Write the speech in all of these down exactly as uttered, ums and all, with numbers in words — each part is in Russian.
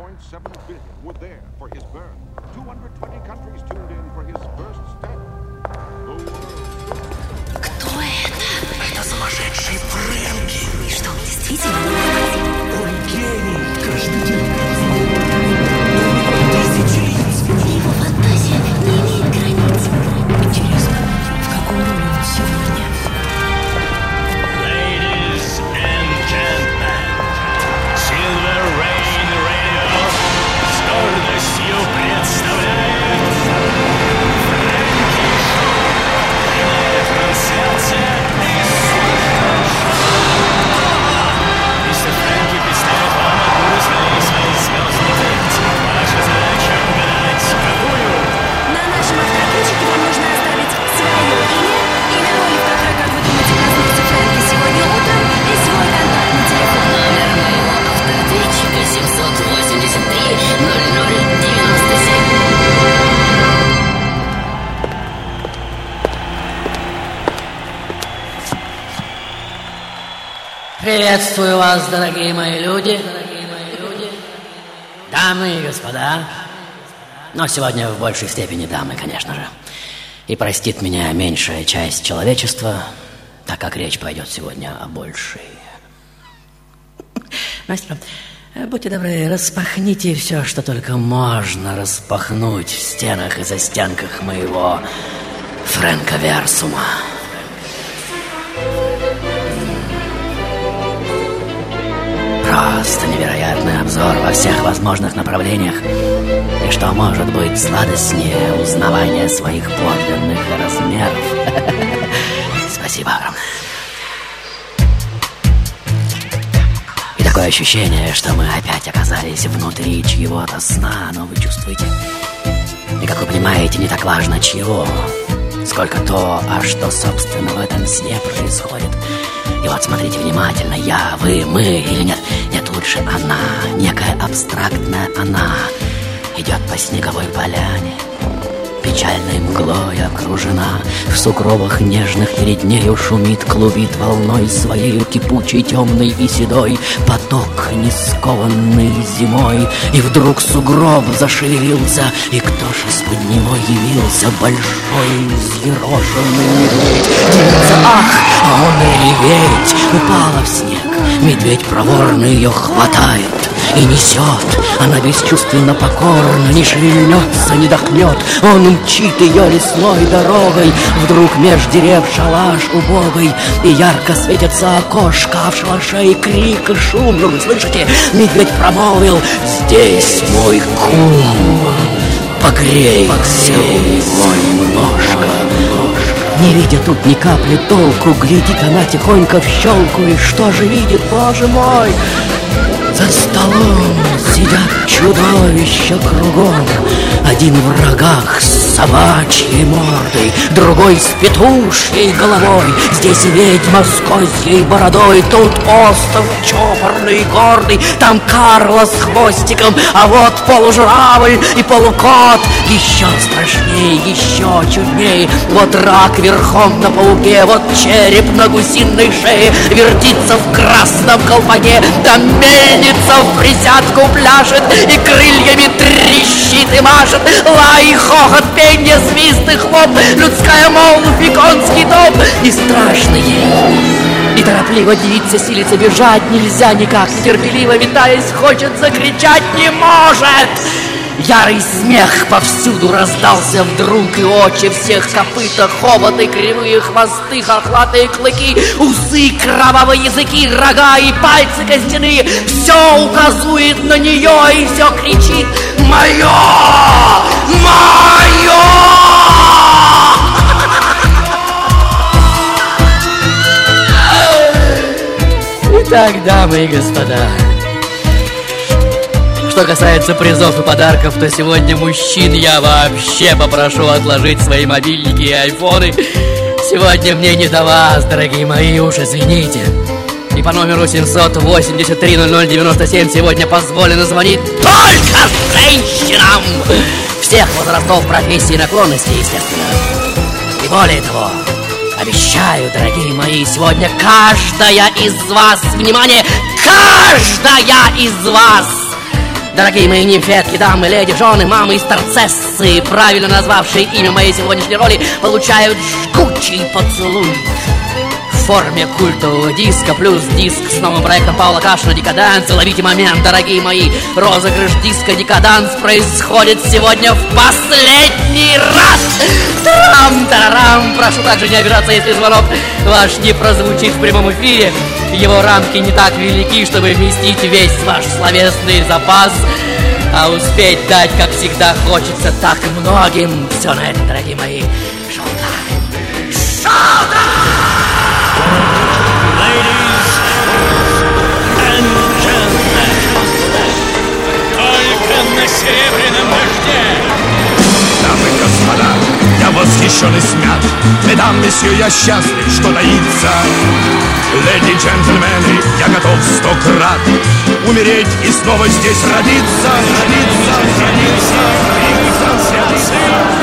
point seven billion were there for his birth. two hundred twenty countries tuned in for his first step. Кто это? Это сумасшедший Фрэнки. И что, он действительно необходим? Он гений. Каждый день тысячи лиц. Его фантазия не имеет границ. Интересно, в какую роль он сегодня? Ladies and gentlemen, Silver Rain Radio с гордостью представляет Фрэнки Шоу. Прямая трансляция из Мистер Фрэнки представит вам одну из своих звездных лекций. Ваша задача угадать, какую? На нашем автоответчике вам нужно оставить свое имя, имя роли, в которой, как вы думаете, проснется Фрэнки сегодня утром, и свой контактный телефон. Номер моего автоответчика семьсот восемьдесят три ноль ноль девяносто семь. Приветствую вас, дорогие мои люди, дамы и господа. Но сегодня в большей степени дамы, конечно же. И простит меня меньшая часть человечества, так как речь пойдет сегодня о большей. Мастер, будьте добры, распахните все, что только можно распахнуть в стенах и застенках моего Фрэнковерсума. Просто невероятный обзор во всех возможных направлениях. И что может быть сладостнее узнавания своих подлинных размеров? Спасибо огромное. И такое ощущение, что мы опять оказались внутри чьего-то сна. Но вы чувствуете? И, как вы понимаете, не так важно чьего, сколько то, а что, собственно, в этом сне происходит. И вот смотрите внимательно, я, вы, мы или нет. Нет, лучше она, некая абстрактная она, идет по снеговой поляне, печальной мглой окружена. В сугробах нежных перед нею шумит, клубит волной своею кипучей, темной и седой поток, не скованный зимой. И вдруг сугроб зашевелился, и кто ж из-под него явился? Большой взъерошенный медведь. Девица, ах, а он реветь, упала в снег. Медведь проворно ее хватает и несет. Она бесчувственно покорна, не шевельнется, не дохнет. Он мчит ее лесной дорогой. Вдруг меж дерев шалаш убогой, и ярко светится окошко, а в шалаше и крик, и шум. Ну вы слышите? Медведь промолвил: здесь мой кум, погрейся его немножко. Не видя тут ни капли толку, глядит она тихонько в щелку. И что же видит, боже мой? За столом сидят чудовища кругом. Один в рогах с собачьей мордой, другой с петушьей головой. Здесь ведьма с козьей бородой, тут остров чопорный и гордый, там Карла с хвостиком, а вот полужуравль и полукот. Еще страшнее, еще чуднее. Вот рак верхом на пауке, вот череп на гусиной шее вертится в красном колпаке. Там мельница в присядку пляшет и крыльями трещит и машет. Лай, хохот, пенье, свист и хлоп, людская молвь и конский топ. И страшно ей, и торопливо девица силится бежать. Нельзя никак, нетерпеливо метаясь, хочет закричать, не может. Ярый смех повсюду раздался вдруг, и очи всех копыта, хоботы, кривые хвосты, хохлатые клыки, усы, кровавые языки, рога и пальцы костяные. Все указует на нее и все кричит: мое! Мое! Итак, дамы и господа, что касается призов и подарков, то сегодня мужчин я вообще попрошу отложить свои мобильники и айфоны. Сегодня мне не до вас, дорогие мои, уж извините. И по номеру семьсот восемьдесят три ноль ноль девяносто семь сегодня позволено звонить только женщинам всех возрастов, профессий и наклонностей, естественно. И более того, обещаю, дорогие мои, сегодня каждая из вас, внимание, каждая из вас Дорогие мои нимфетки, дамы, леди, жены, мамы и старцессы, правильно назвавшие имя моей сегодняшней роли, получают жгучий поцелуй в форме культового диска, плюс диск с новым проектом Паула Кашина «Декаданс». Ловите момент, дорогие мои, розыгрыш диска «Декаданс» происходит сегодня в последний раз. Трам-тарарам! Прошу также не обижаться, если звонок ваш не прозвучит в прямом эфире. Его рамки не так велики, чтобы вместить весь ваш словесный запас, а успеть дать, как всегда, хочется так многим. Все на этом, дорогие мои. Шоу-тайм! Шоу-тайм! Ladies and gentlemen, только на серебряном дожде. Дамы и господа, я восхищен и смят. Медам, месье, я счастлив, что таится. Леди, джентльмены, я готов сто крат умереть и снова здесь родиться. Родиться, родиться, родиться.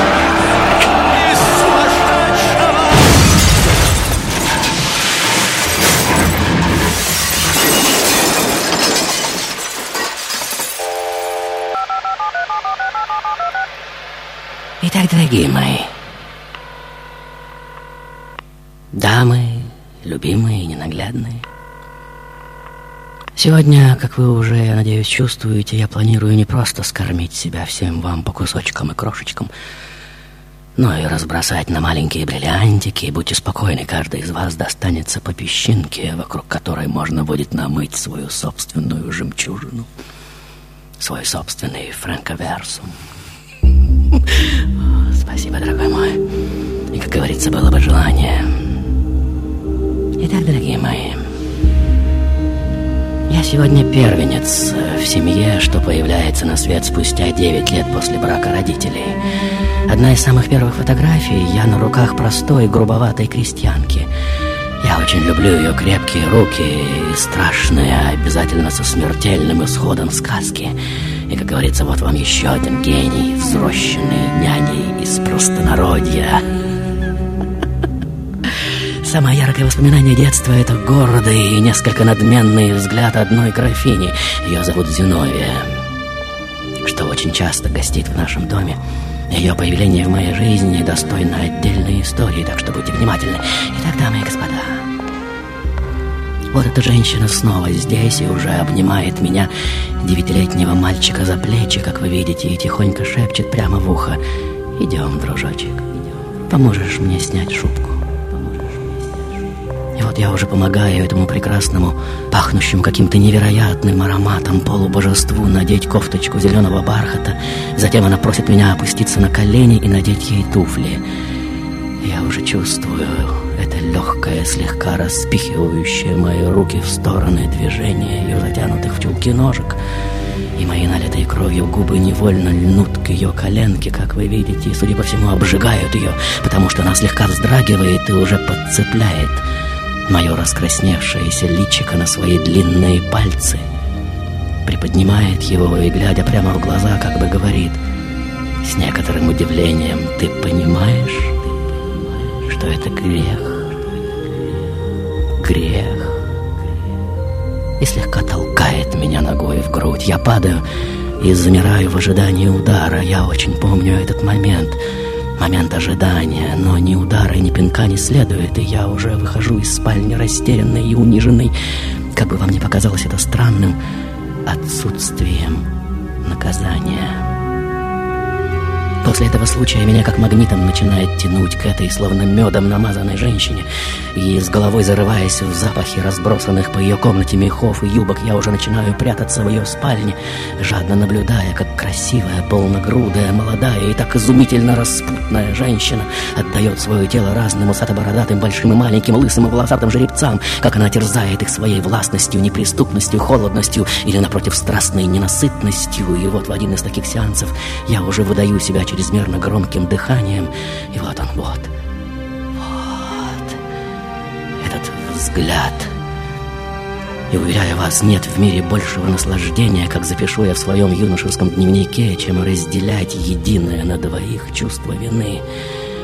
Итак, дорогие мои, дамы, любимые и ненаглядные, сегодня, как вы уже, я надеюсь, чувствуете, я планирую не просто скормить себя всем вам по кусочкам и крошечкам, но и разбросать на маленькие бриллиантики. Будьте спокойны, каждый из вас достанется по песчинке, вокруг которой можно будет намыть свою собственную жемчужину, свой собственный франковерсум. Спасибо, дорогой мой. И, как говорится, было бы желание. Итак, дорогие мои, я сегодня первенец в семье, что появляется на свет спустя девять лет после брака родителей. Одна из самых первых фотографий — я на руках простой, грубоватой крестьянки. Я очень люблю ее крепкие руки и страшные, обязательно со смертельным исходом сказки. И, как говорится, вот вам еще один гений, взрощенный няней из простонародья. Самое яркое воспоминание детства — это гордый и несколько надменный взгляд одной графини. Ее зовут Зиновия, что очень часто гостит в нашем доме. Ее появление в моей жизни достойно отдельной истории, так что будьте внимательны. Итак, дамы и господа, вот эта женщина снова здесь и уже обнимает меня, девятилетнего мальчика, за плечи, как вы видите, и тихонько шепчет прямо в ухо: «Идем, дружочек, поможешь мне снять шубку». И вот я уже помогаю этому прекрасному, пахнущему каким-то невероятным ароматом полубожеству надеть кофточку зеленого бархата. Затем она просит меня опуститься на колени и надеть ей туфли. Я уже чувствую это легкое, слегка распихивающее мои руки в стороны движение ее затянутых в чулки ножек. И мои налитые кровью губы невольно льнут к ее коленке, как вы видите, и, судя по всему, обжигают ее, потому что она слегка вздрагивает и уже подцепляет мое раскрасневшееся личико на свои длинные пальцы, приподнимает его и, глядя прямо в глаза, как бы говорит с некоторым удивлением: «Ты понимаешь, что это грех, грех?» И слегка толкает меня ногой в грудь. Я падаю и замираю в ожидании удара. Я очень помню этот момент. Момент ожидания, но ни удара, ни пинка не следует, и я уже выхожу из спальни растерянный и униженный, как бы вам ни показалось это странным, отсутствием наказания. После этого случая меня как магнитом начинает тянуть к этой словно медом намазанной женщине, и с головой зарываясь в запахи разбросанных по ее комнате мехов и юбок, я уже начинаю прятаться в ее спальне, жадно наблюдая, как красивая, полногрудая, молодая и так изумительно распутная женщина отдает свое тело разным усато-бородатым, большим и маленьким, лысым и волосатым жеребцам, как она терзает их своей властностью, неприступностью, холодностью или, напротив, страстной ненасытностью. И вот в один из таких сеансов я уже выдаю себя чрезмерно громким дыханием, и вот он, вот, вот, этот взгляд. И, уверяю вас, нет в мире большего наслаждения, как запишу я в своем юношеском дневнике, чем разделять единое на двоих чувство вины.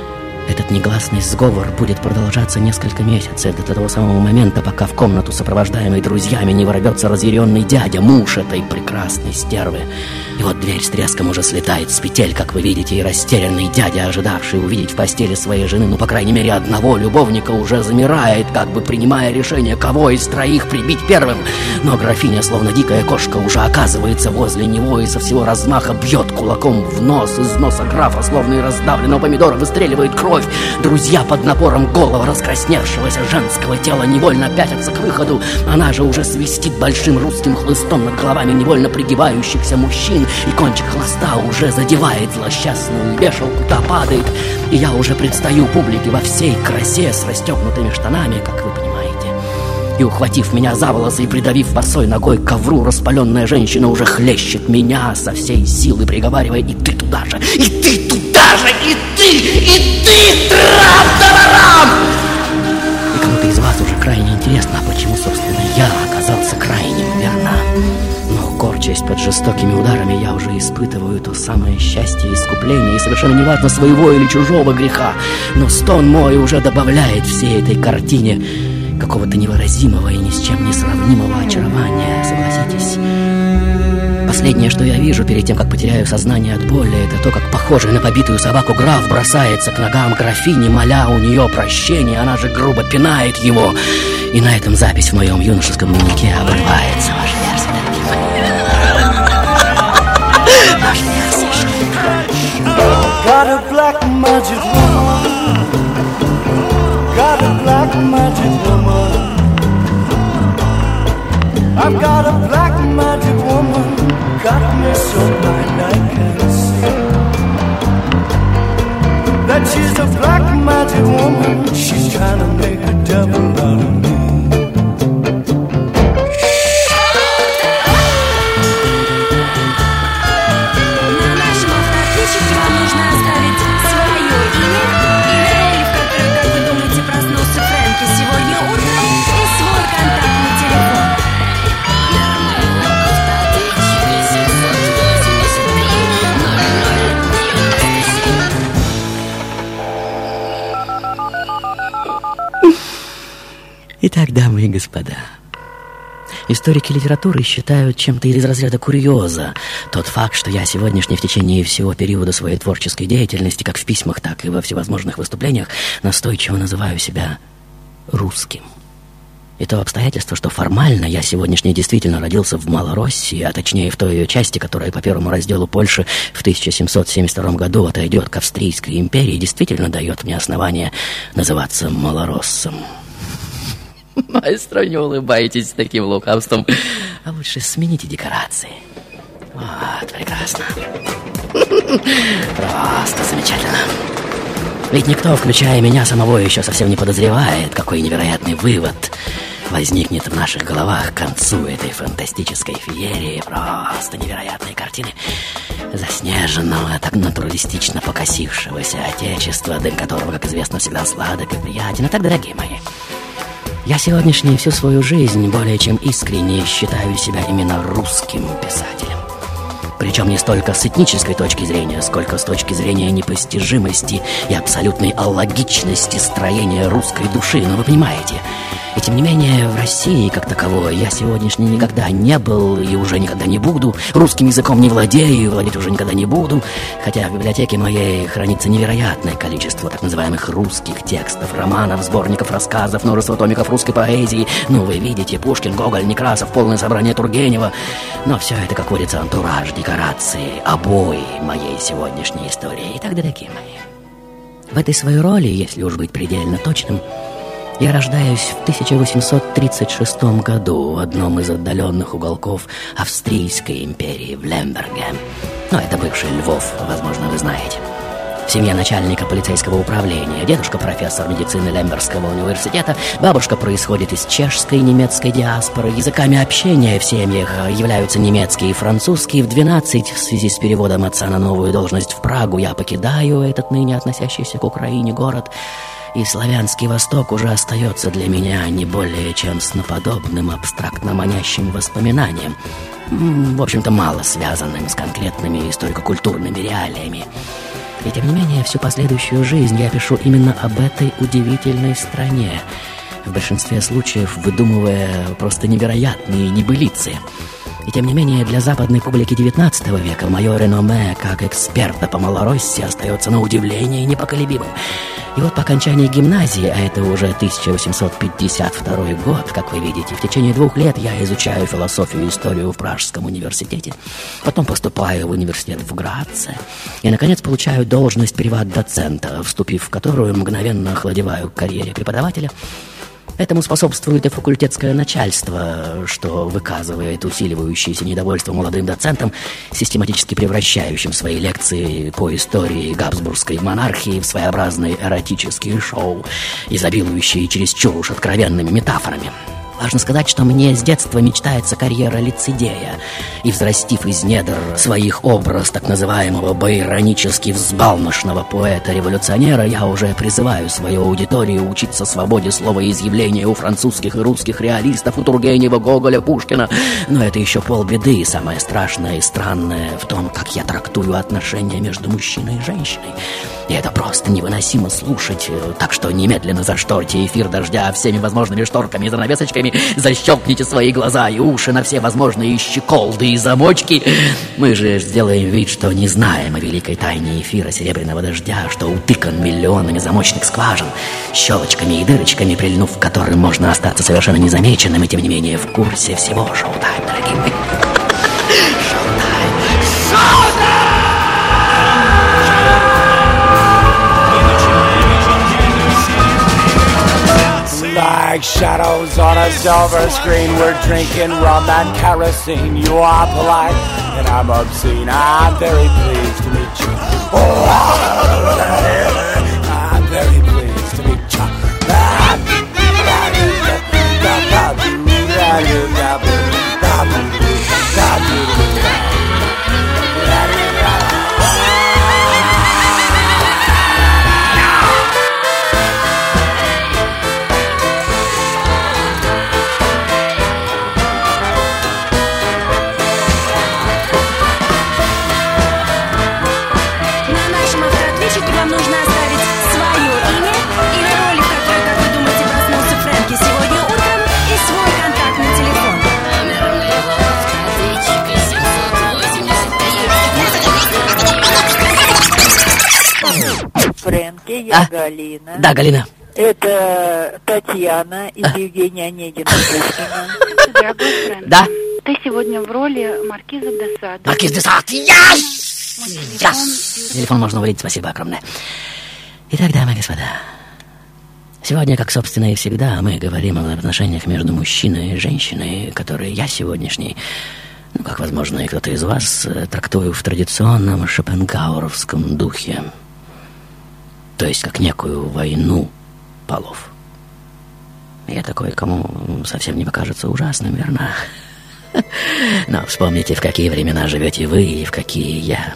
Этот негласный сговор будет продолжаться несколько месяцев, до того самого момента, пока в комнату, сопровождаемой друзьями, не ворвется разъяренный дядя, муж этой прекрасной стервы. И вот дверь с треском уже слетает с петель, как вы видите, и растерянный дядя, ожидавший увидеть в постели своей жены, ну, по крайней мере, одного любовника, уже замирает, как бы принимая решение, кого из троих прибить первым. Но графиня, словно дикая кошка, уже оказывается возле него и со всего размаха бьет кулаком в нос. Из носа графа, словно и раздавленного помидора, выстреливает кровь. Друзья под напором голого раскрасневшегося женского тела невольно пятятся к выходу. Она же уже свистит большим русским хлыстом над головами невольно пригибающихся мужчин, и кончик хлыста уже задевает злосчастную вешалку, та падает, и я уже предстаю публике во всей красе с расстегнутыми штанами, как вы понимаете. И, ухватив меня за волосы и придавив босой ногой к ковру, распаленная женщина уже хлещет меня со всей силы, приговаривая: «И ты туда же! И ты туда же! И ты! И ты! Трам-тарарам!» И кому-то из вас уже крайне интересно, а почему, собственно, я оказался крайним, верно? Но, корчась под жестокими ударами, я уже испытываю то самое счастье искупления, и совершенно неважно, своего или чужого греха, но стон мой уже добавляет всей этой картине какого-то невыразимого и ни с чем не сравнимого очарования, согласитесь. Последнее, что я вижу перед тем, как потеряю сознание от боли, это то, как похожий на побитую собаку граф бросается к ногам графини, моля у нее прощения. Она же грубо пинает его. И на этом запись в моем юношеском дневнике обрывается. Ваша версия, Ваша версия. Got a black magic woman. Got a black magic woman. I've got a black magic woman, got me so blind I can't see that she's a black magic woman. She's trying to make a devil out of me. На нашем автоответчике вам нужно оставить свое имя, имя роли, в которой, как вы думаете, проснулся Фрэнки сегодня утром, и свой контактный телефон. Итак, дамы и господа, историки литературы считают чем-то из разряда курьеза тот факт, что я сегодняшний в течение всего периода своей творческой деятельности, как в письмах, так и во всевозможных выступлениях, настойчиво называю себя русским. И то обстоятельство, что формально я сегодняшний действительно родился в Малороссии, а точнее в той ее части, которая по первому разделу Польши в тысяча семьсот семьдесят втором году отойдет к Австрийской империи, действительно дает мне основание называться малороссом. Маэстро, не улыбайтесь с таким лукавством. А лучше смените декорации. Вот, прекрасно. Просто замечательно. Ведь никто, включая меня самого, еще совсем не подозревает, какой невероятный вывод возникнет в наших головах к концу этой фантастической феерии. Просто невероятные картины заснеженного, так натуралистично покосившегося отечества, дым которого, как известно, всегда сладок и приятен. Итак, дорогие мои, я сегодняшний всю свою жизнь более чем искренне считаю себя именно русским писателем. Причем не столько с этнической точки зрения, сколько с точки зрения непостижимости и абсолютной аллогичности строения русской души. Но вы понимаете, и тем не менее в России как таковой я сегодняшний никогда не был и уже никогда не буду. Русским языком не владею и владеть уже никогда не буду. Хотя в библиотеке моей хранится невероятное количество так называемых русских текстов, романов, сборников рассказов, множество томиков русской поэзии. Ну, вы видите, Пушкин, Гоголь, Некрасов, полное собрание Тургенева. Но все это, как говорится, антураж, декорации, обои моей сегодняшней истории. Итак, дорогие мои, в этой своей роли, если уж быть предельно точным, я рождаюсь в тысяча восемьсот тридцать шестом году в одном из отдаленных уголков Австрийской империи в Лемберге. Ну, это бывший Львов, возможно, вы знаете. В семье начальника полицейского управления. Дедушка профессор медицины Лембергского университета. Бабушка происходит из чешской и немецкой диаспоры. Языками общения в семьях являются немецкий и французский. В двенадцать, в связи с переводом отца на новую должность в Прагу, я покидаю этот ныне относящийся к Украине город. И славянский Восток уже остается для меня не более чем сноподобным, абстрактно манящим воспоминанием, в общем-то, мало связанным с конкретными историко-культурными реалиями. И тем не менее, всю последующую жизнь я пишу именно об этой удивительной стране, в большинстве случаев выдумывая просто невероятные небылицы. И тем не менее, для западной публики девятнадцатого века мое реноме как эксперта по Малороссе остается на удивление непоколебимым. И вот по окончании гимназии, а это уже тысяча восемьсот пятьдесят второй год, как вы видите, в течение двух лет я изучаю философию и историю в Пражском университете. Потом поступаю в университет в Граце. И, наконец, получаю должность приват-доцента, вступив в которую мгновенно охладеваю к карьере преподавателя. Этому способствует и факультетское начальство, что выказывает усиливающееся недовольство молодым доцентам, систематически превращающим свои лекции по истории Габсбургской монархии в своеобразные эротические шоу, изобилующие чересчур уж откровенными метафорами. Важно сказать, что мне с детства мечтается карьера лицедея, и, взрастив из недр своих образ так называемого байронически взбалмошного поэта-революционера, я уже призываю свою аудиторию учиться свободе словоизъявления у французских и русских реалистов, у Тургенева, Гоголя, Пушкина. Но это еще полбеды, и самое страшное и странное в том, как я трактую отношения между мужчиной и женщиной. И это просто невыносимо слушать, так что немедленно зашторьте эфир «Дождя» всеми возможными шторками и занавесочками, защелкните свои глаза и уши на все возможные щеколды и замочки. Мы же сделаем вид, что не знаем о великой тайне эфира «Серебряного дождя», что утыкан миллионами замочных скважин, щелочками и дырочками, прильнув к которым можно остаться совершенно незамеченным, и тем не менее в курсе всего. Шоу-тайм, дорогие мои. Шоу-тайм. Шоу-тайм! Like shadows on a silver screen, we're drinking rum and kerosene. You are polite and I'm obscene. I'm very pleased to meet you. Oh, I'm very pleased to meet you. Вам нужно оставить свое имя, имя роли, в которой, как вы думаете, проснулся Фрэнки сегодня утром, и свой контактный телефон. Номер моего автоответчика семьсот восемьдесят. Фрэнки, я А? Галина. Да, Галина. Это Татьяна из А? Евгения Онегина Пушкина. Дорогой Фрэнк, Да. ты сегодня в роли маркиза де Сад. Маркиз де Сад. Yes! Yes! Телефон можно увидеть, спасибо огромное. Итак, дамы и господа, сегодня, как, собственно, и всегда, мы говорим о отношениях между мужчиной и женщиной, которые я сегодняшний, ну, как, возможно, и кто-то из вас, трактую в традиционном шопенгауэровском духе. То есть, как некую войну полов. Я такой, кому совсем не покажется ужасным, верно? Но вспомните, в какие времена живете вы и в какие я.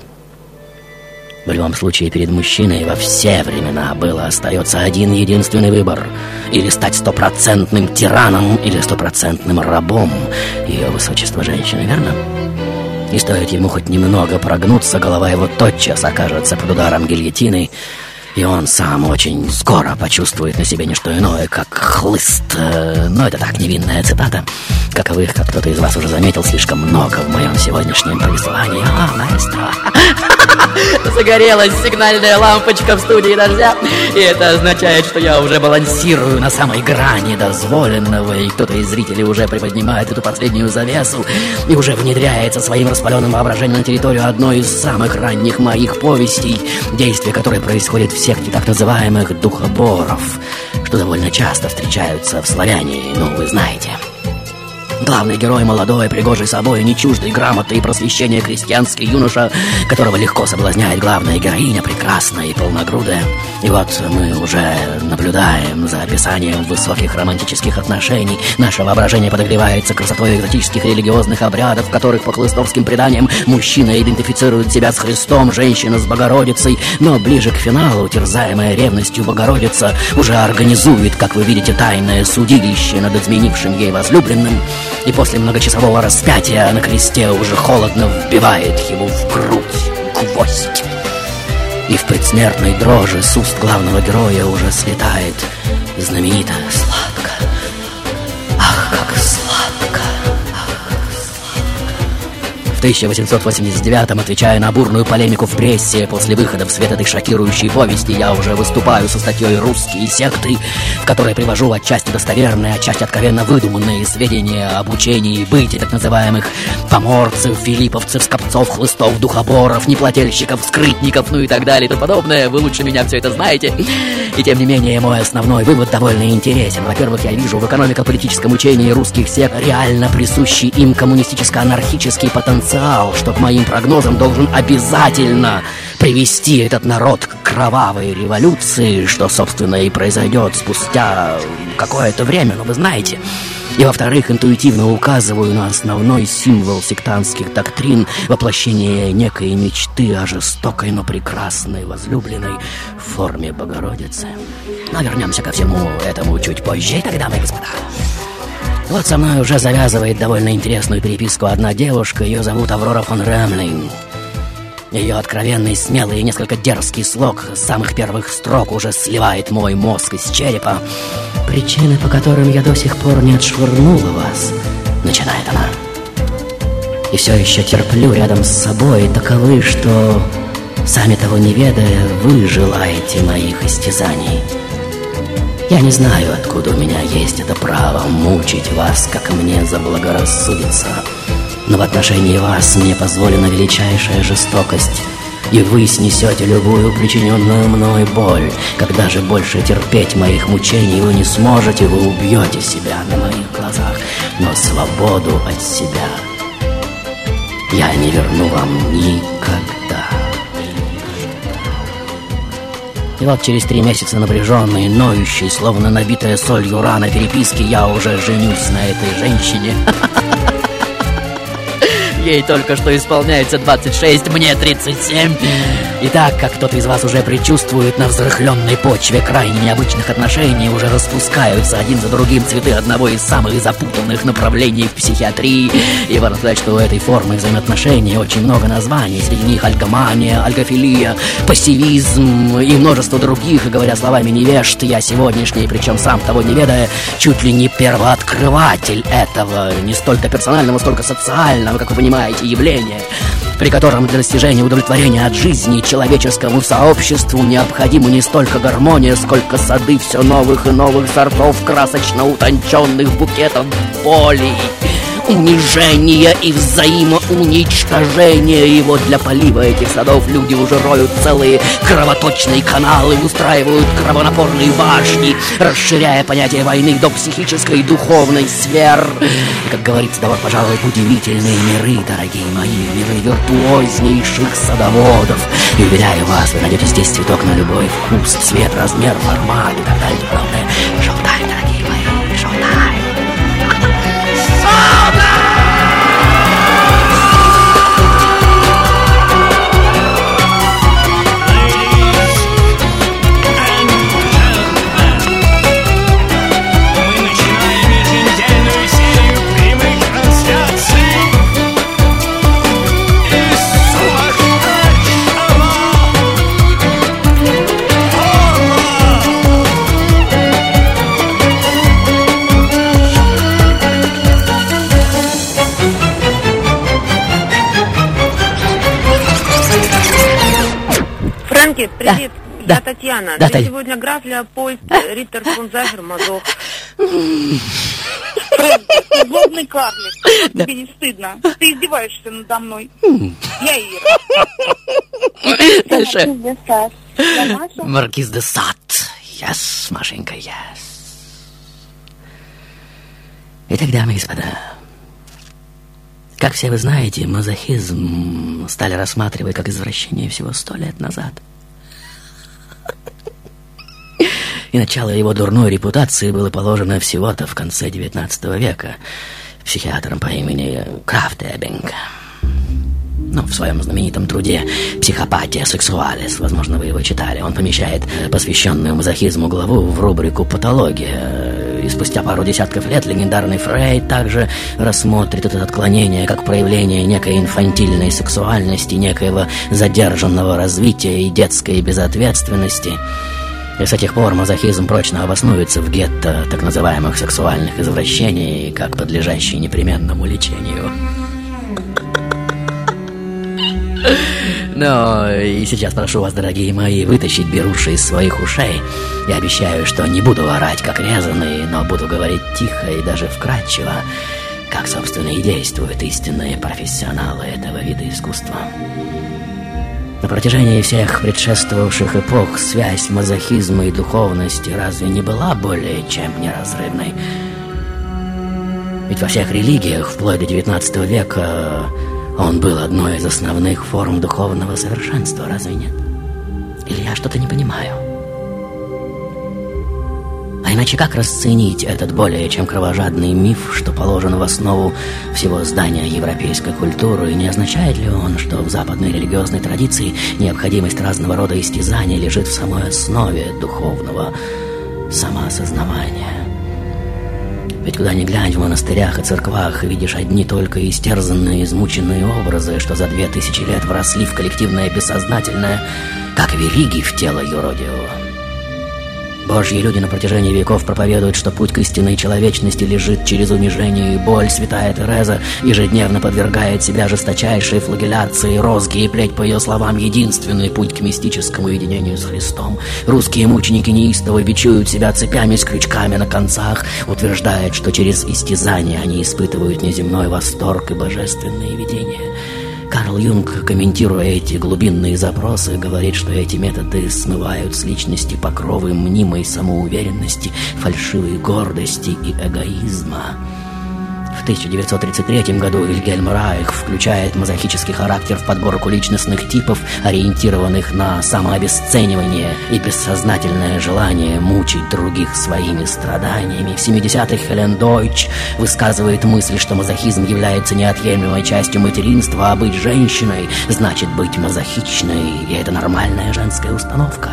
В любом случае, перед мужчиной во все времена было, остается один единственный выбор. Или стать стопроцентным тираном, или стопроцентным рабом ее высочества женщины, верно? И стоит ему хоть немного прогнуться, голова его тотчас окажется под ударом гильотины, и он сам очень скоро почувствует на себе не что иное, как хлыст. Но это так, невинная цитата. Каковых, как кто-то из вас уже заметил, слишком много в моем сегодняшнем повествовании. А, маэстро. Загорелась сигнальная лампочка в студии «Дождя», и это означает, что я уже балансирую на самой грани дозволенного, и кто-то из зрителей уже приподнимает эту последнюю завесу и уже внедряется своим распаленным воображением на территорию одной из самых ранних моих повестей, действие которой происходит в секте так называемых духоборов, что довольно часто встречаются в славяне, ну, вы знаете. Главный герой молодой, пригожий собой, не чуждый грамоты и просвещения крестьянский юноша, которого легко соблазняет главная героиня, прекрасная и полногрудая. И вот мы уже наблюдаем за описанием высоких романтических отношений. Наше воображение подогревается красотой экзотических религиозных обрядов, в которых по хлыстовским преданиям мужчина идентифицирует себя с Христом, женщина с Богородицей. Но ближе к финалу, терзаемая ревностью Богородица уже организует, как вы видите, тайное судилище над изменившим ей возлюбленным. И после многочасового распятия на кресте уже холодно вбивает ему в грудь гвоздь. И в предсмертной дрожи с уст главного героя уже слетает знаменитое «сладко». Ах, как сладко! В тысяча восемьсот восемьдесят девятом, отвечая на бурную полемику в прессе, после выхода в свет этой шокирующей повести, я уже выступаю со статьей «Русские секты», в которой привожу отчасти достоверные, отчасти откровенно выдуманные сведения об учении и бытии так называемых поморцев, филипповцев, скопцов, хлыстов, духоборов, неплательщиков, скрытников, ну и так далее и тому подобное. Вы лучше меня все это знаете. И тем не менее, мой основной вывод довольно интересен. Во-первых, я вижу в экономико-политическом учении русских сект реально присущий им коммунистическо-анархический потенциал, что к моим прогнозам должен обязательно привести этот народ к кровавой революции, что, собственно, и произойдет спустя какое-то время, но вы знаете. И, во-вторых, интуитивно указываю на основной символ сектантских доктрин, воплощение некой мечты о жестокой, но прекрасной возлюбленной в форме Богородицы. Но вернемся ко всему этому чуть позже. Итак, дамы и господа, вот со мной уже завязывает довольно интересную переписку одна девушка, ее зовут Аврора фон Ремлинг. Ее откровенный, смелый и несколько дерзкий слог с самых первых строк уже сливает мой мозг из черепа. «Причины, по которым я до сих пор не отшвырнула вас», — начинает она, «и все еще терплю рядом с собой, таковы, что, сами того не ведая, вы желаете моих истязаний. Я не знаю, откуда у меня есть это право мучить вас, как мне заблагорассудится. Но в отношении вас мне позволена величайшая жестокость, и вы снесете любую причиненную мной боль. Когда же больше терпеть моих мучений вы не сможете, вы убьете себя на моих глазах, но свободу от себя я не верну вам никогда». И вот через три месяца напряженной, ноющей, словно набитая солью рана переписки, я уже женюсь на этой женщине. Ей только что исполняется двадцать шесть, мне тридцать семь. И так, как кто-то из вас уже предчувствует, на взрыхленной почве крайне необычных отношений уже распускаются один за другим цветы одного из самых запутанных направлений в психиатрии. И важно сказать, что у этой формы взаимоотношений очень много названий. Среди них альгомания, альгофилия, пассивизм и множество других. И говоря словами невежд, я сегодняшний, причем сам того не ведая, чуть ли не первооткрыватель этого не столько персонального, столько социального, как вы понимаете, явления, при котором для достижения удовлетворения от жизни человеческому сообществу необходима не столько гармония, сколько сады все новых и новых сортов красочно утонченных букетов боли, унижения и взаимоуничтожения. И вот для полива этих садов люди уже роют целые кровоточные каналы, устраивают кровонапорные башни, расширяя понятие войны до психической и духовной сфер. И, как говорится, да вот, пожалуй, удивительные миры, дорогие мои, миры виртуознейших садоводов. И уверяю вас, вы найдете здесь цветок на любой вкус, цвет, размер, формат и так далее и подобное. Шоу-тайм, дорогие мои, шоу-тайм. Привет, да, я Татьяна. Да, Ты Тань. сегодня граф Леопольд Риттер фон Загер Мазох. Злобный карлик. Тебе не стыдно? Ты издеваешься надо мной. Я Ира. Дальше. Маша. Маркиз де Сад. Yes, Машенька, yes. Итак, дамы и господа, как все вы знаете, мазохизм стали рассматривать как извращение всего сто лет назад. И начало его дурной репутации было положено всего-то в конце девятнадцатого века психиатром по имени Крафтебинг. Ну, в своем знаменитом труде «Психопатия сексуалис», возможно, вы его читали. Он помещает посвященную мазохизму главу в рубрику «Патология». И спустя пару десятков лет легендарный Фрейд также рассмотрит это отклонение как проявление некой инфантильной сексуальности, некоего задержанного развития и детской безответственности. И с этих пор мазохизм прочно обоснуется в гетто так называемых сексуальных извращений, как подлежащий непременному лечению. Но и сейчас прошу вас, дорогие мои, вытащить беруши из своих ушей. Я обещаю, что не буду орать, как резаный, но буду говорить тихо и даже вкрадчиво, как, собственно, и действуют истинные профессионалы этого вида искусства. На протяжении всех предшествовавших эпох связь мазохизма и духовности разве не была более чем неразрывной? Ведь во всех религиях, вплоть до девятнадцатого века, он был одной из основных форм духовного совершенства, разве нет? Или я что-то не понимаю? А иначе как расценить этот более чем кровожадный миф, что положен в основу всего здания европейской культуры, и не означает ли он, что в западной религиозной традиции необходимость разного рода истязаний лежит в самой основе духовного самоосознавания? Ведь куда ни глянь, в монастырях и церквах видишь одни только истерзанные, измученные образы, что за две тысячи лет вросли в коллективное бессознательное, как вериги в тело юродивого. Божьи люди на протяжении веков проповедуют, что путь к истинной человечности лежит через унижение и боль. Святая Тереза ежедневно подвергает себя жесточайшей флагелляции, розги и плеть, по ее словам, единственный путь к мистическому единению с Христом. Русские мученики неистово бичуют себя цепями с крючками на концах, утверждают, что через истязание они испытывают неземной восторг и божественные видения. Карл Юнг, комментируя эти глубинные запросы, говорит, что эти методы смывают с личности покровы мнимой самоуверенности, фальшивой гордости и эгоизма. В тысяча девятьсот тридцать третьем году Вильгельм Райх включает мазохический характер в подборку личностных типов, ориентированных на самообесценивание и бессознательное желание мучить других своими страданиями. В семидесятых Хелен Дойч высказывает мысль, что мазохизм является неотъемлемой частью материнства, а быть женщиной значит быть мазохичной, и это нормальная женская установка.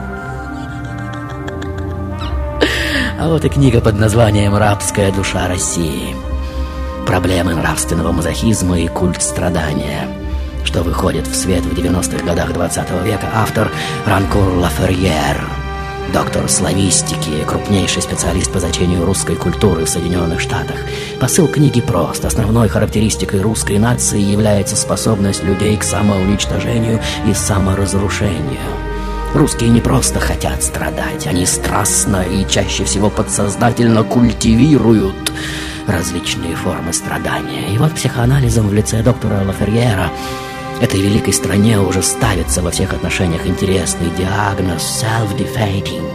А вот и книга под названием «Рабская душа России». Проблемы нравственного мазохизма и культ страдания, что выходит в свет в девяностых годах двадцатого века. Автор Ранкур Лаферьер, доктор славистики, крупнейший специалист по изучению русской культуры в Соединенных Штатах. Посыл книги прост. Основной характеристикой русской нации является способность людей к самоуничтожению и саморазрушению. Русские не просто хотят страдать, они страстно и чаще всего подсознательно культивируют различные формы страдания. И вот психоанализом в лице доктора Лаферьера этой великой стране уже ставится во всех отношениях интересный диагноз self-defeating,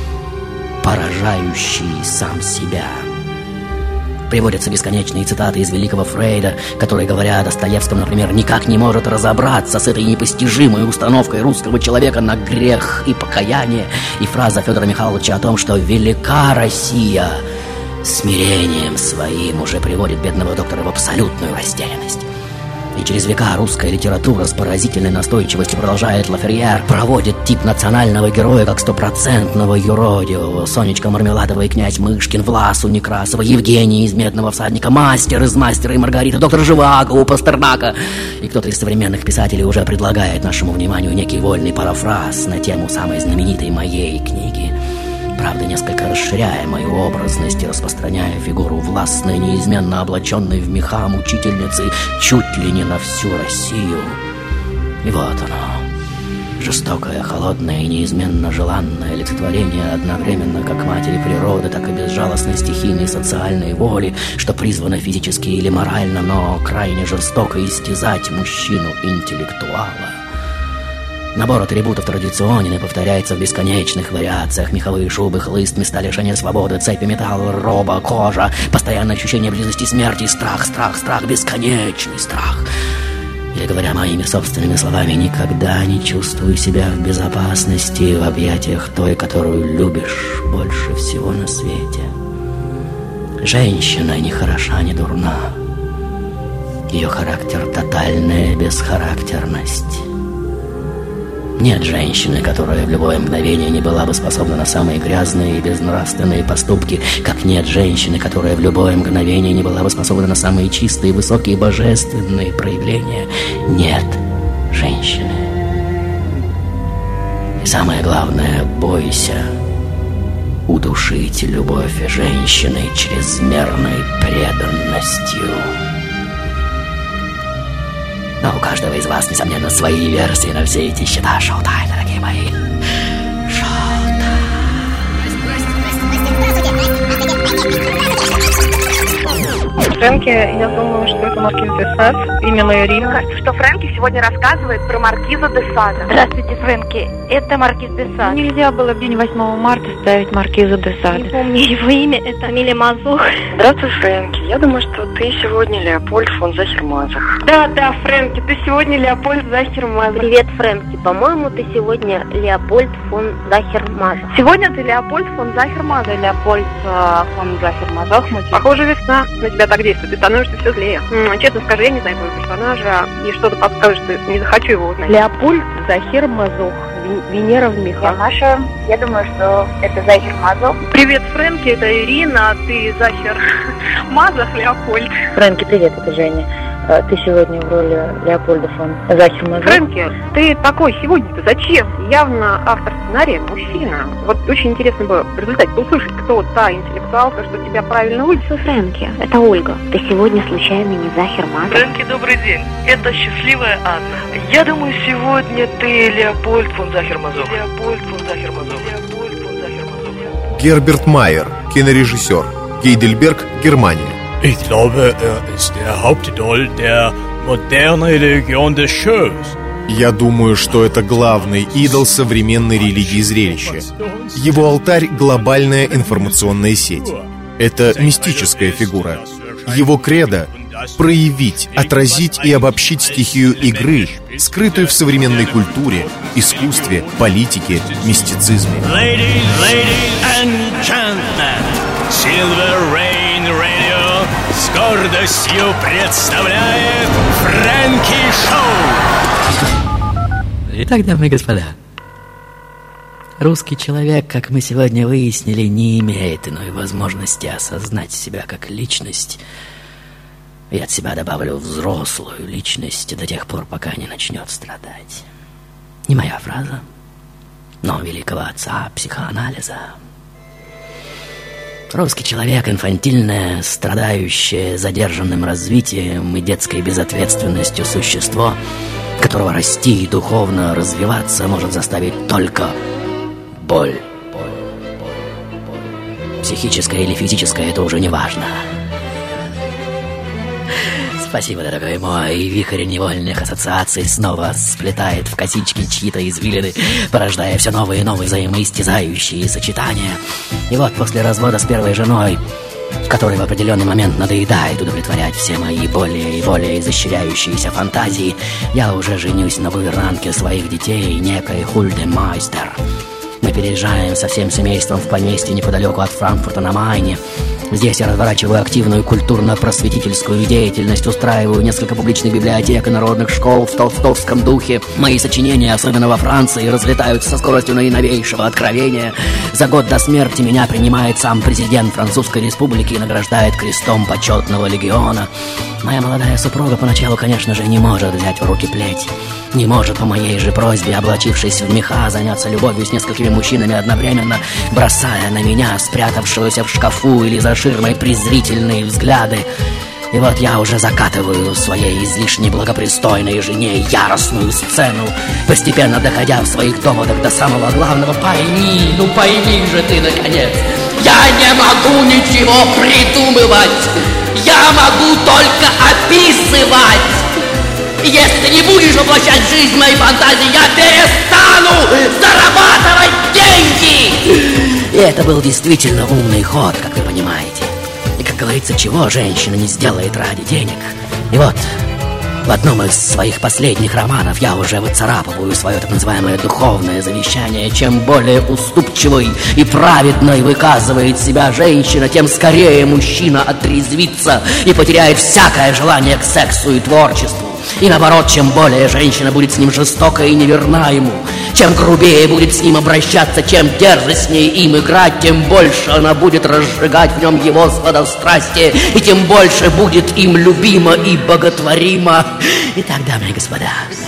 поражающий сам себя. Приводятся бесконечные цитаты из великого Фрейда, который, говоря о Достоевском, например, никак не может разобраться с этой непостижимой установкой русского человека на грех и покаяние. И фраза Федора Михайловича о том, что «велика Россия» смирением своим уже приводит бедного доктора в абсолютную растерянность. И через века русская литература с поразительной настойчивостью, продолжает Лаферьер, проводит тип национального героя как стопроцентного юродивого. Сонечка Мармеладова и князь Мышкин, Влас у Некрасова, Евгений из «Медного всадника», мастер из «Мастера и Маргариты», доктор Живаго у Пастернака. И кто-то из современных писателей уже предлагает нашему вниманию некий вольный парафраз на тему самой знаменитой моей книги, правда, несколько расширяя мою образность и распространяя фигуру властной, неизменно облаченной в меха мучительницы чуть ли не на всю Россию. И вот оно, жестокое, холодное и неизменно желанное олицетворение одновременно как матери природы, так и безжалостной стихийной социальной воли, что призвано физически или морально, но крайне жестоко истязать мужчину-интеллектуала. Набор атрибутов традиционен и повторяется в бесконечных вариациях. Меховые шубы, хлыст, места лишения свободы, цепи, металл, роба, кожа, постоянное ощущение близости смерти, страх, страх, страх, бесконечный страх. Или, говоря моими собственными словами, никогда не чувствую себя в безопасности в объятиях той, которую любишь больше всего на свете. Женщина ни хороша, ни дурна. Ее характер — тотальная бесхарактерность. Нет женщины, которая в любое мгновение не была бы способна на самые грязные и безнравственные поступки, как нет женщины, которая в любое мгновение не была бы способна на самые чистые, высокие, божественные проявления. Нет женщины. И самое главное, бойся удушить любовь женщины чрезмерной преданностью. Но у каждого из вас, несомненно, свои версии на все эти счета. Шоу-тайм, дорогие мои. Фрэнки, я думаю, что это маркиз де Сад, именно Ирина. Кажется, что Фрэнки сегодня рассказывает про маркиза де Сада. Здравствуйте, Фрэнки. Это маркиз де Сад. Нельзя было в день восьмого марта ставить маркиза де Сада. Не помню его имя, это Амилия Мазух. Здравствуй, Фрэнки. Я думаю, что ты сегодня Леопольд фон Захер-Мазах. Да, да, Фрэнки, ты сегодня Леопольд Захер-Мазах. Привет, Фрэнки. По-моему, ты сегодня Леопольд фон Захер-Мазах. Сегодня ты Леопольд фон Захер-Мазах. Леопольд э, фон Захер-Мазах. Похоже, весна на тебя так действует. Ты становишься все злее. М-м, честно скажи, я не знаю твоего персонажа. И что-то подскажешь, что не захочу его узнать. Леопольд Захер-Мазах. Венера в мехах. Я Маша. Я думаю, что это Захер-Мазах. Привет, Фрэнки, это Ирина, а ты Захер-Мазах, Леопольд. Фрэнки, привет, это Женя. Ты сегодня в роли Леопольда фон Захер-Мазах. Фрэнки, ты такой сегодня-то зачем? Явно автор сценария мужчина. Вот очень интересно бы в результате услышать, кто та интеллектуалка, что тебя правильно вылечит. Фрэнки, это Ольга. Ты сегодня случайно не Захер-Мазах? Фрэнки, добрый день. Это счастливая Анна. Я думаю, сегодня ты Леопольд фон Захер-Мазах. Леопольд фон Захер-Mазах. Леопольд фон Захер-Mазах. Герберт Майер, кинорежиссер. Гейдельберг, Германия. Ich glaube, er ist der Hauptidol der modernen Religion des Shows. Я думаю, что это главный идол современной религии зрелища. Его алтарь — глобальная информационная сеть. Это мистическая фигура. Его кредо — проявить, отразить и обобщить стихию игры, скрытую в современной культуре, искусстве, политике, мистицизме. Ladies, ladies and gentlemen, Silver Rain Radio с гордостью представляет Фрэнки Шоу. Итак, дамы и господа, русский человек, как мы сегодня выяснили, не имеет иной возможности осознать себя как личность. И от себя добавлю взрослую личность до тех пор, пока не начнет страдать. Не моя фраза, но великого отца психоанализа. Русский человек — инфантильное, страдающее задержанным развитием и детской безответственностью существо, которого расти и духовно развиваться может заставить только боль. Психическая или физическая — это уже не важно. Спасибо, дорогой мой. Вихрь невольных ассоциаций снова сплетает в косички чьи-то извилины, порождая все новые и новые взаимоистязающие сочетания. И вот после развода с первой женой, который в определенный момент надоедает удовлетворять все мои более и более изощряющиеся фантазии, я уже женюсь на гувернантке своих детей, некой Хульде Майстер. Мы переезжаем со всем семейством в поместье неподалеку от Франкфурта на Майне. Здесь я разворачиваю активную культурно-просветительскую деятельность, устраиваю несколько публичных библиотек и народных школ в толстовском духе. Мои сочинения, особенно во Франции, разлетаются со скоростью наиновейшего откровения. За год до смерти меня принимает сам президент Французской Республики и награждает крестом почетного легиона. Моя молодая супруга поначалу, конечно же, не может взять в руки плеть. Не может по моей же просьбе, облачившись в меха, заняться любовью с несколькими мужчинами одновременно, бросая на меня, спрятавшегося в шкафу или за ширмой, презрительные взгляды. И вот я уже закатываю своей излишне благопристойной жене яростную сцену, постепенно доходя в своих доводах до самого главного. Пойми, ну пойми же ты, наконец, я не могу ничего придумывать, я могу только описывать. Если не будешь воплощать в жизнь моей фантазии, я перестану зарабатывать деньги! И это был действительно умный ход, как вы понимаете. И, как говорится, чего женщина не сделает ради денег. И вот, В одном из своих последних романов я уже выцарапываю свое так называемое духовное завещание. Чем более уступчивой и праведной выказывает себя женщина, тем скорее мужчина отрезвится и потеряет всякое желание к сексу и творчеству. И наоборот, чем более женщина будет с ним жестока и неверна ему, чем грубее будет с ним обращаться, чем дерзостнее им играть, тем больше она будет разжигать в нем его сладострастие, и тем больше будет им любима и боготворима. Итак, дамы и господа,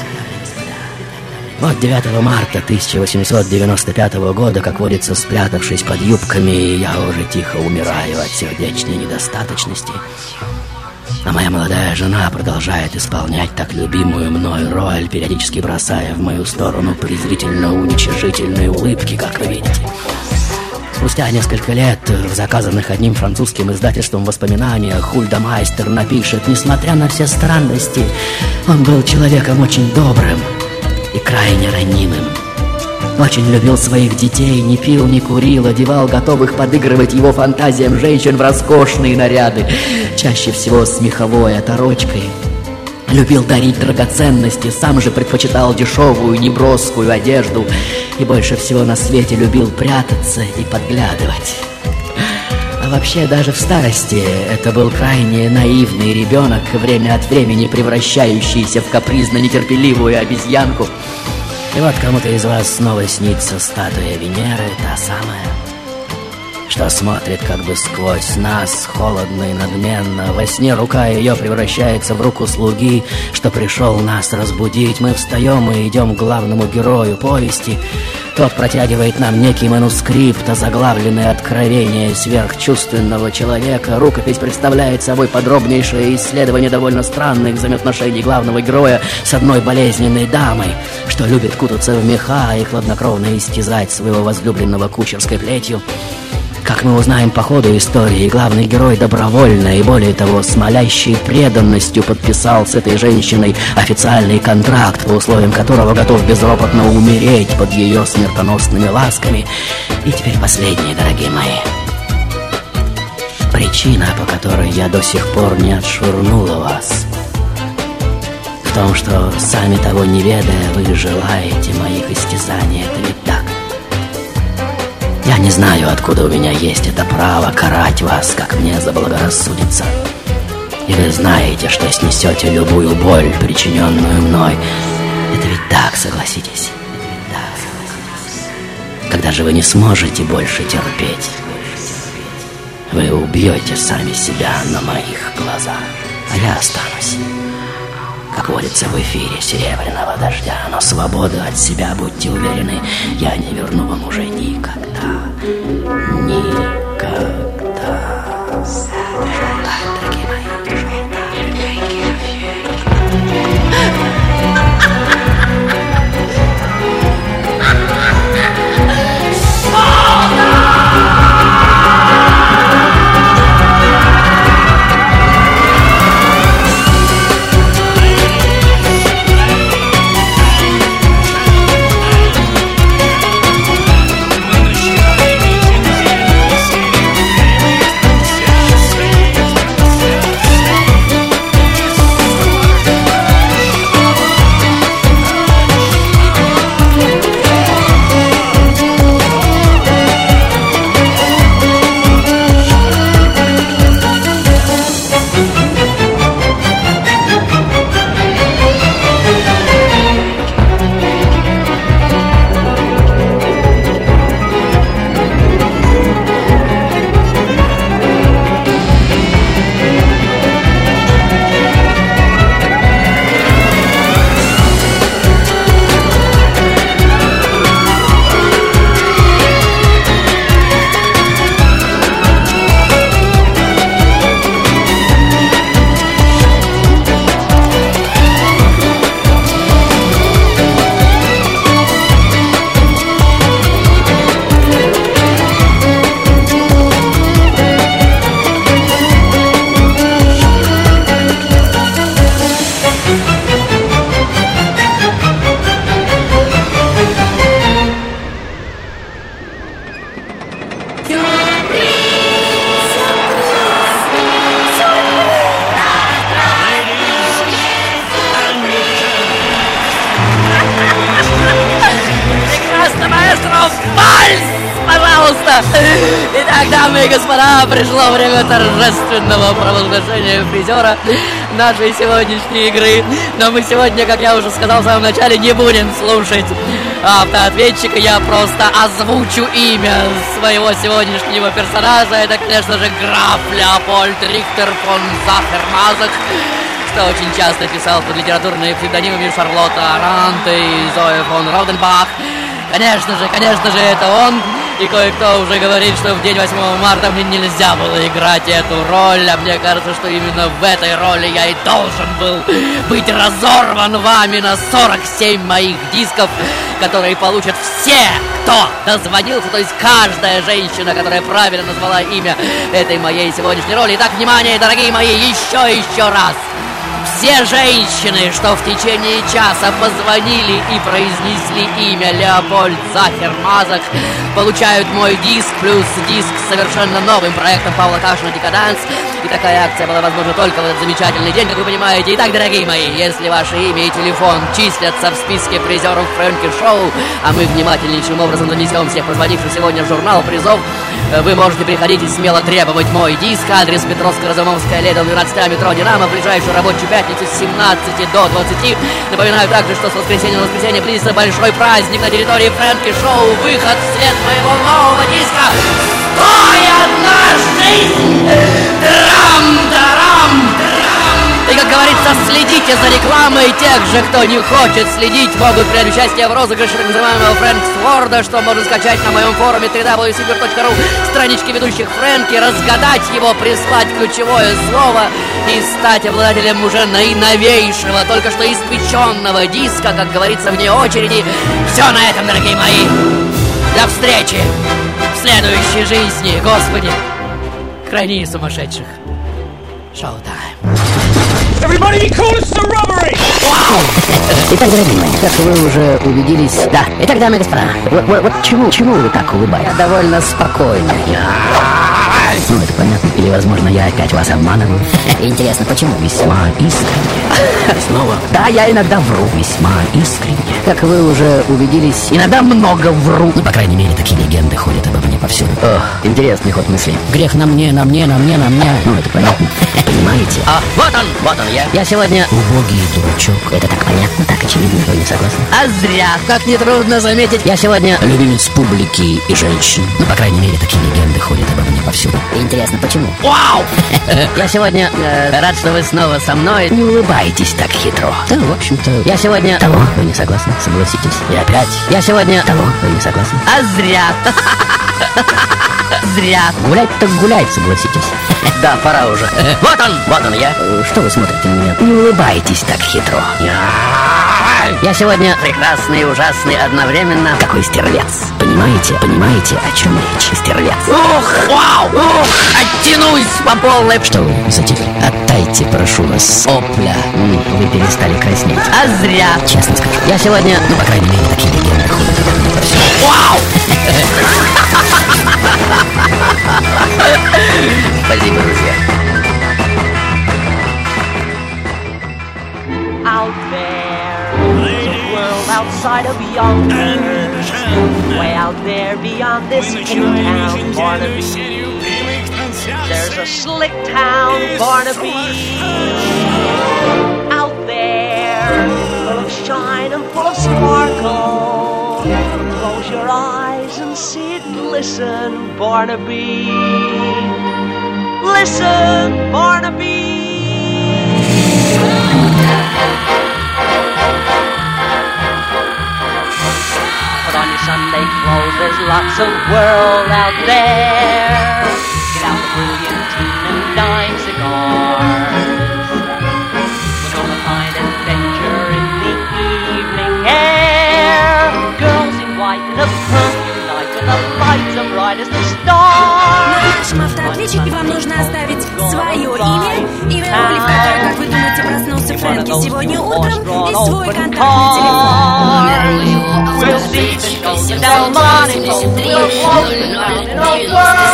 вот девятого марта тысяча восемьсот девяносто пятого года, как водится, спрятавшись под юбками, я уже тихо умираю от сердечной недостаточности. А моя молодая жена продолжает исполнять так любимую мной роль, периодически бросая в мою сторону презрительно-уничижительные улыбки, как вы видите. Спустя несколько лет в заказанных одним французским издательством воспоминаниях Хульда Майстер напишет: несмотря на все странности, он был человеком очень добрым и крайне ранимым. Очень любил своих детей, не пил, не курил, одевал готовых подыгрывать его фантазиям женщин в роскошные наряды, чаще всего с меховой оторочкой. Любил дарить драгоценности, сам же предпочитал дешевую, неброскую одежду и больше всего на свете любил прятаться и подглядывать. А вообще, даже в старости это был крайне наивный ребенок, время от времени превращающийся в капризно-нетерпеливую обезьянку. И вот кому-то из вас снова снится статуя Венеры, та самая, что смотрит как бы сквозь нас, холодно и надменно. Во сне рука ее превращается в руку слуги, что пришел нас разбудить. Мы встаем и идем к главному герою повести. Тот протягивает нам некий манускрипт, озаглавленный «Откровение сверхчувственного человека». Рукопись представляет собой подробнейшее исследование довольно странных взаимоотношений главного героя с одной болезненной дамой, что любит кутаться в меха и хладнокровно истязать своего возлюбленного кучерской плетью. Как мы узнаем по ходу истории, главный герой добровольно и, более того, с молящей преданностью подписал с этой женщиной официальный контракт, по условиям которого готов безропотно умереть под ее смертоносными ласками. И теперь последнее, дорогие мои. Причина, по которой я до сих пор не отшвырнула вас, в том, что, сами того не ведая, вы желаете моих истязаний. Это ведь так? Я не знаю, откуда у меня есть это право карать вас, как мне заблагорассудится. И вы знаете, что снесете любую боль, причиненную мной. Это ведь так, согласитесь? Да, согласитесь. Когда же вы не сможете больше терпеть, вы убьете сами себя на моих глазах, а я останусь, как водится в эфире серебряного дождя. Но свободу от себя, будьте уверены, я не верну вам уже никогда. Никогда. Дорогие мои. Итак, дамы и господа, пришло время торжественного провозглашения призера нашей сегодняшней игры. Но мы сегодня, как я уже сказал в самом начале, не будем слушать автоответчика. Я просто озвучу имя своего сегодняшнего персонажа. Это, конечно же, граф Леопольд Рихтер фон Захермазах, что очень часто писал под литературными псевдонимами Шарлотта Арант и Зоя фон Роденбах. Конечно же, конечно же, это он. И кое-кто уже говорит, что в день восьмого марта мне нельзя было играть эту роль. А мне кажется, что именно в этой роли я и должен был быть разорван вами на сорок семь моих дисков, которые получат все, кто дозвонился. То есть каждая женщина, которая правильно назвала имя этой моей сегодняшней роли. Итак, внимание, дорогие мои, еще и еще раз. Все женщины, что в течение часа позвонили и произнесли имя Леопольд Захермазах, получают мой диск плюс диск с совершенно новым проектом Павла Кашина «Декаданс». И такая акция была возможна только в этот замечательный день, как вы понимаете. Итак, дорогие мои, если ваше имя и телефон числятся в списке призеров Фрэнки Шоу, а мы внимательнейшим образом занесем всех позвонивших сегодня в журнал призов, вы можете приходить и смело требовать мой диск. Адрес Петровско-Разумовская, Ледом, двенадцать А, метро «Динамо», в ближайшую рабочую пятницу с семнадцати до двадцати. Напоминаю также, что с воскресенья на воскресенье близится большой праздник на территории Фрэнки Шоу. Выход в свет моего нового диска «Стоя на жизнь!» Трам-тарам! И, как говорится, следите за рекламой. Тех же, кто не хочет следить, могут принять участие в розыгрыше так называемого Фрэнксворда, что можно скачать на моем форуме три дабл ю сильвер точка ру, страничке ведущих Фрэнки, разгадать его, прислать ключевое слово и стать обладателем уже наиновейшего, только что испеченного диска, как говорится, вне очереди. Все на этом, дорогие мои. До встречи в следующей жизни, Господи. Храни сумасшедших. Шоу-тайм. Everybody be cool, it's a robbery! Итак, дорогие мои, как вы уже убедились... Да, итак, дамы и господа, вот, вот, вот чему, чему вы так улыбаетесь? Я довольно спокойно. Ну, это понятно. Или, возможно, я опять вас обманываю. Интересно, почему? Весьма искренне. Снова? Да, я иногда вру. Весьма искренне. Как вы уже убедились, иногда много вру. Ну, по крайней мере, такие легенды ходят обо мне повсюду. Ох, интересный ход мысли. Грех на мне, на мне, на мне, на мне. Ну, это понятно. Понимаете? А, вот он, вот он я. Я сегодня убогий дурачок. Это так понятно, так очевидно. Вы не согласны? А зря. Как нетрудно заметить. Я сегодня любимец публики и женщин. Ну, по крайней мере, такие легенды ходят обо мне повсюду. Интересно, почему? Вау! Я сегодня э, рад, что вы снова со мной. Не улыбайтесь так хитро. Да, в общем-то, я сегодня... Того, вы не согласны? Согласитесь. И опять. Я сегодня... Того, вы не согласны? А зря. Зря. Гулять-то гулять, согласитесь. Да, пора уже. Вот он, вот он я. Что вы смотрите на меня? Не улыбайтесь так хитро. Я сегодня прекрасный и ужасный одновременно. Какой стервец. Понимаете? Понимаете, о чем речь? Стервец. Ух, вау! Ух, оттянусь по полной. Что вы затихли? Оттайте, прошу вас. Опля. Вы перестали краснеть. А зря. Честно скажу. Я сегодня, ну, по крайней мере, такие легенды ходят обо мне повсюду. Вау! Спасибо, друзья. Out there, there's a world outside of yonder, way out there beyond this hill town, Barnaby. There's a slick town, Barnaby. Out there, full of shine and full of sparkle. Close your eyes and see it and listen, Barnaby. Listen, Barnaby. Put on your Sunday clothes, there's lots of world out there. Get out the brilliant tin and dime cigars. We're gonna find adventure in the evening air. Girls in white in a perfume night with the lights as bright as the stars. На нашем автоответчике вам нужно оставить свое имя, имя роли, в которой, как вы думаете, проснулся Фрэнки сегодня утром, и свой контактный телефон. Номер моего автоответчика семь семь восемь три ноль ноль девять